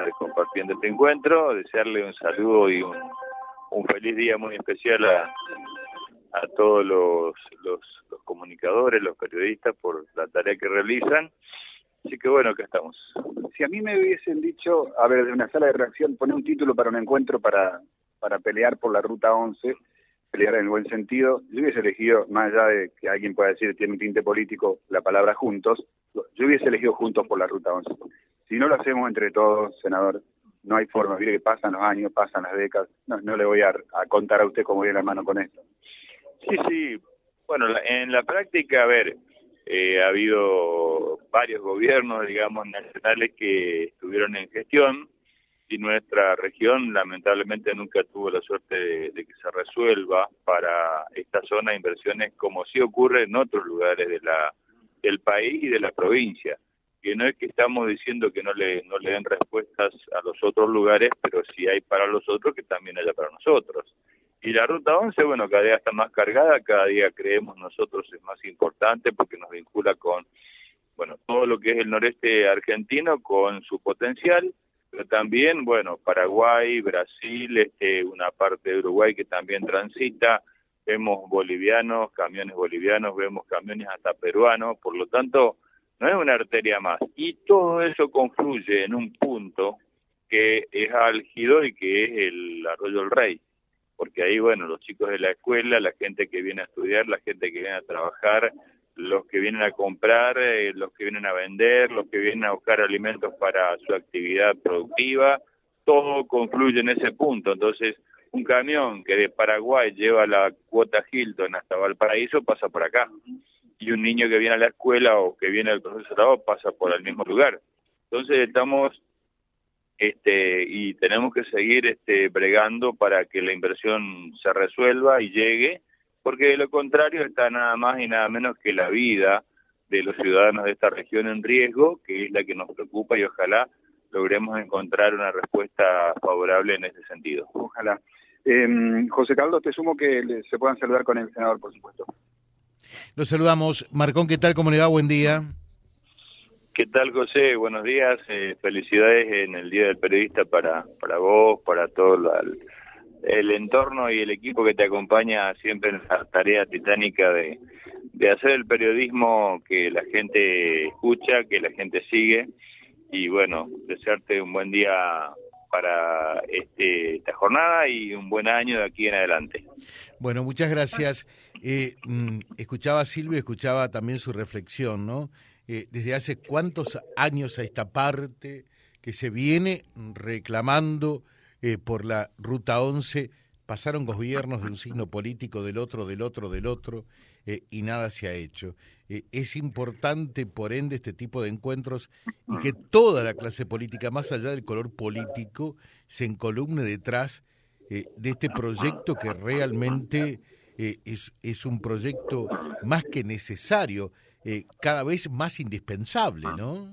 compartiendo este encuentro, desearle un saludo y un feliz día muy especial a todos los comunicadores, los periodistas por la tarea que realizan. Así que bueno, acá estamos. Si a mí me hubiesen dicho, a ver, de una sala de reacción, poner un título para un encuentro para pelear por la Ruta 11, pelear en el buen sentido, yo hubiese elegido, más allá de que alguien pueda decir tiene un tinte político, la palabra juntos, yo hubiese elegido juntos por la Ruta 11. Si no lo hacemos entre todos, senador, no hay forma. Mire que pasan los años, pasan las décadas, no le voy a contar a usted cómo viene la mano con esto. Sí. Bueno, en la práctica, a ver, ha habido varios gobiernos, digamos, nacionales que estuvieron en gestión y nuestra región lamentablemente nunca tuvo la suerte de que se resuelva para esta zona inversiones como sí ocurre en otros lugares del país y de la provincia. Que no es que estamos diciendo que no le den respuestas a los otros lugares, pero si hay para los otros, que también haya para nosotros. Y la Ruta 11, bueno, cada día está más cargada, cada día creemos nosotros es más importante porque nos vincula con, bueno, todo lo que es el noreste argentino con su potencial, pero también, bueno, Paraguay, Brasil, una parte de Uruguay que también transita, vemos bolivianos, camiones bolivianos, vemos camiones hasta peruanos, por lo tanto, no es una arteria más. Y todo eso confluye en un punto que es álgido y que es el Arroyo del Rey. Porque ahí, bueno, los chicos de la escuela, la gente que viene a estudiar, la gente que viene a trabajar, los que vienen a comprar, los que vienen a vender, los que vienen a buscar alimentos para su actividad productiva, todo confluye en ese punto. Entonces, un camión que de Paraguay lleva la cuota Hilton hasta Valparaíso pasa por acá. Y un niño que viene a la escuela o que viene al profesorado pasa por el mismo lugar. Entonces, estamos y tenemos que seguir bregando para que la inversión se resuelva y llegue, porque de lo contrario está nada más y nada menos que la vida de los ciudadanos de esta región en riesgo, que es la que nos preocupa y ojalá logremos encontrar una respuesta favorable en ese sentido. Ojalá. José Carlos, te sumo que se puedan saludar con el senador, por supuesto. Los saludamos. Marcón, ¿qué tal? ¿Cómo le va? Buen día. ¿Qué tal, José? Buenos días. Felicidades en el Día del Periodista para vos, para todo el entorno y el equipo que te acompaña siempre en la tarea titánica de hacer el periodismo que la gente escucha, que la gente sigue. Y bueno, desearte un buen día para esta jornada y un buen año de aquí en adelante. Bueno, muchas gracias. Escuchaba a Silvio, escuchaba también su reflexión, ¿no? Desde hace cuántos años a esta parte que se viene reclamando por la Ruta 11, pasaron gobiernos de un signo político, del otro, y nada se ha hecho. Es importante, por ende, este tipo de encuentros y que toda la clase política, más allá del color político, se encolumne detrás de este proyecto que realmente es un proyecto más que necesario, cada vez más indispensable, ¿no?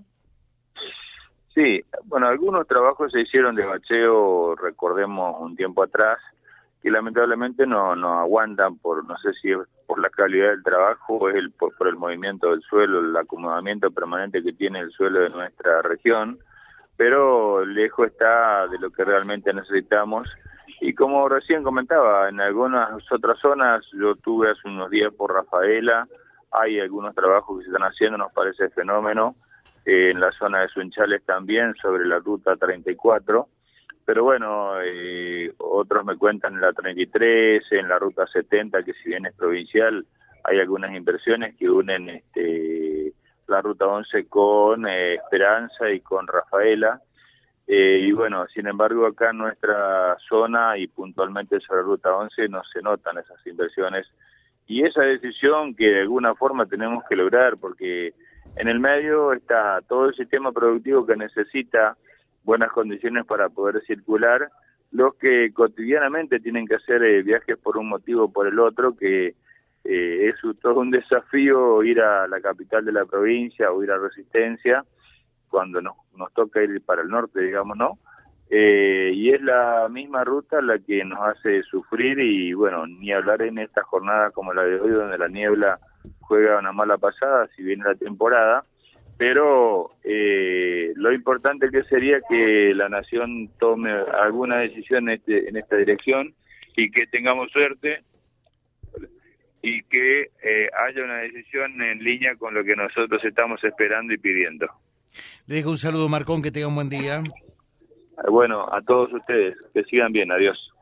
Sí, bueno, algunos trabajos se hicieron de bacheo, recordemos un tiempo atrás, que lamentablemente no aguantan no sé si es por la calidad del trabajo o es por el movimiento del suelo, el acomodamiento permanente que tiene el suelo de nuestra región, pero lejos está de lo que realmente necesitamos. Y como recién comentaba, en algunas otras zonas, yo estuve hace unos días por Rafaela, hay algunos trabajos que se están haciendo, nos parece fenómeno, en la zona de Sunchales también, sobre la ruta 34, pero bueno, otros me cuentan en la 33, en la ruta 70, que si bien es provincial, hay algunas inversiones que unen la ruta 11 con Esperanza y con Rafaela, y bueno, sin embargo acá en nuestra zona y puntualmente sobre la ruta 11 no se notan esas inversiones, y esa decisión que de alguna forma tenemos que lograr, porque en el medio está todo el sistema productivo que necesita buenas condiciones para poder circular, los que cotidianamente tienen que hacer viajes por un motivo o por el otro, que es todo un desafío ir a la capital de la provincia o ir a Resistencia, cuando nos toca ir para el norte, digamos, ¿no? Y es la misma ruta la que nos hace sufrir y, bueno, ni hablar en esta jornada como la de hoy, donde la niebla juega una mala pasada, si viene la temporada, pero lo importante que sería que la nación tome alguna decisión en esta dirección y que tengamos suerte y que haya una decisión en línea con lo que nosotros estamos esperando y pidiendo. Le dejo un saludo, Marcón, que tenga un buen día. Bueno, a todos ustedes, que sigan bien, adiós.